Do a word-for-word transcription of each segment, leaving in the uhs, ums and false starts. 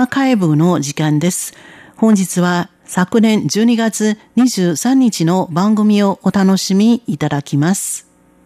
アーカイブの時間です。本日は昨年じゅうにがつにじゅうさんにちの番組をお楽しみいただきます。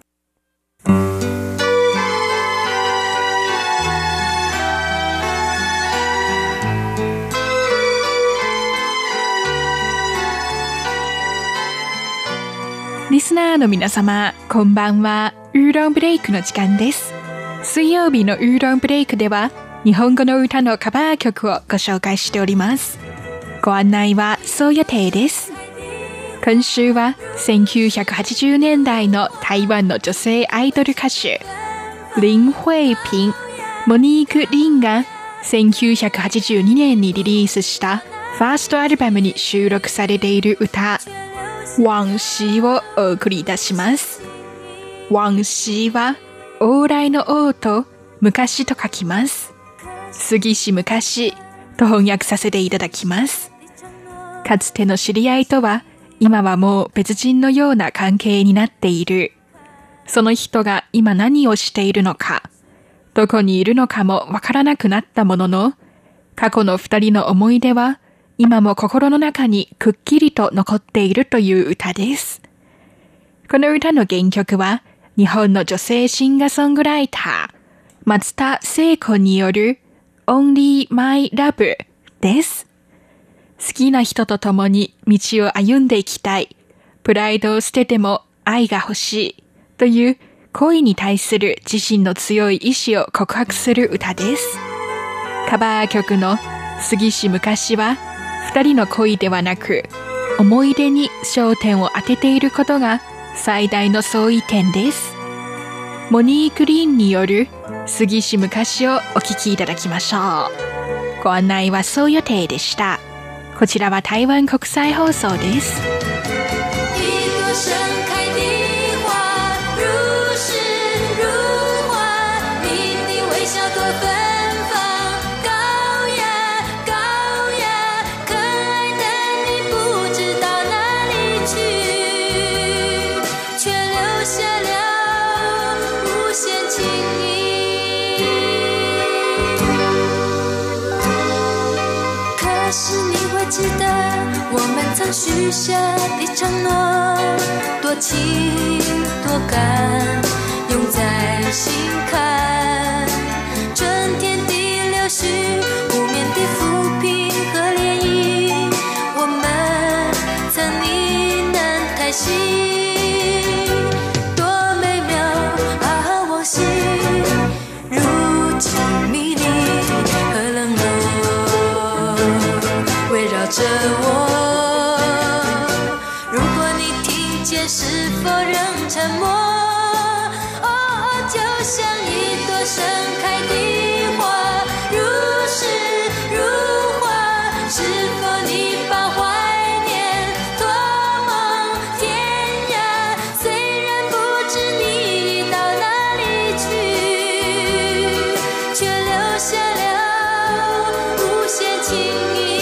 リスナーの皆様、こんばんは。ウーロンブレイクの時間です。水曜日のウーロンブレイクでは、日本語の歌のカバー曲をご紹介しております。ご案内はそう予定です。今週はせんきゅうひゃくはちじゅうねんだいの台湾の女性アイドル歌手、林慧萍、モニーク・リンがせんきゅうひゃくはちじゅうにねんにリリースしたファーストアルバムに収録されている歌、往昔をお送りいたします。往昔は往来の往と昔と書きます。過ぎし昔と翻訳させていただきます。かつての知り合いとは今はもう別人のような関係になっている。その人が今何をしているのか、どこにいるのかもわからなくなったものの、過去の二人の思い出は今も心の中にくっきりと残っているという歌です。この歌の原曲は日本の女性シンガーソングライター、松田聖子による Only My Love です。好きな人と共に道を歩んでいきたい。プライドを捨てても愛が欲しい。という恋に対する自身の強い意志を告白する歌です。カバー曲の過ぎし昔は二人の恋ではなく、思い出に焦点を当てていることが最大の相違点です。モニーク・リンによる過ぎし昔をお聴きいただきましょう。ご案内はそう予定でした。こちらは台湾国際放送です。 记得我们曾许下的承诺，多情多感，永在心坎。春天的柳絮，无眠的浮萍和涟漪，我们曾呢喃叹息，多美妙啊往昔，如今迷离和冷落围绕着我。如果你听见，是否仍沉默？哦，就像一朵盛开的花，如诗如画。是否你把怀念托梦天涯？虽然不知你已到哪里去，却留下了无限情意。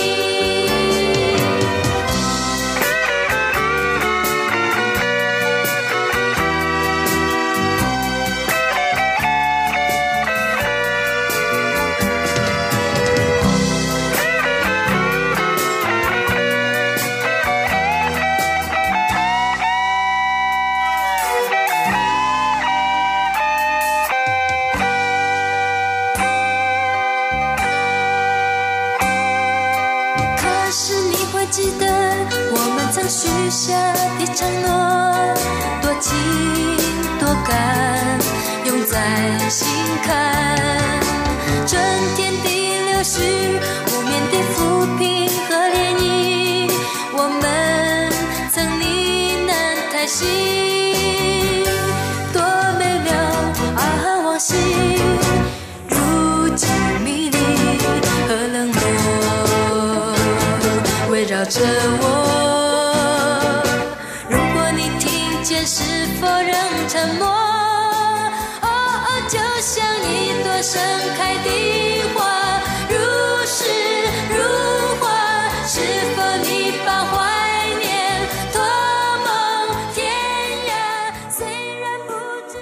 记得我们曾许下的承诺，多情多感，永在心坎。春天的柳絮，无眠的浮萍和涟漪，我们曾呢喃叹息，多美妙啊往昔，如今迷离和冷落围绕着我。如果你听见，是否仍沉默？哦，就像一朵盛开的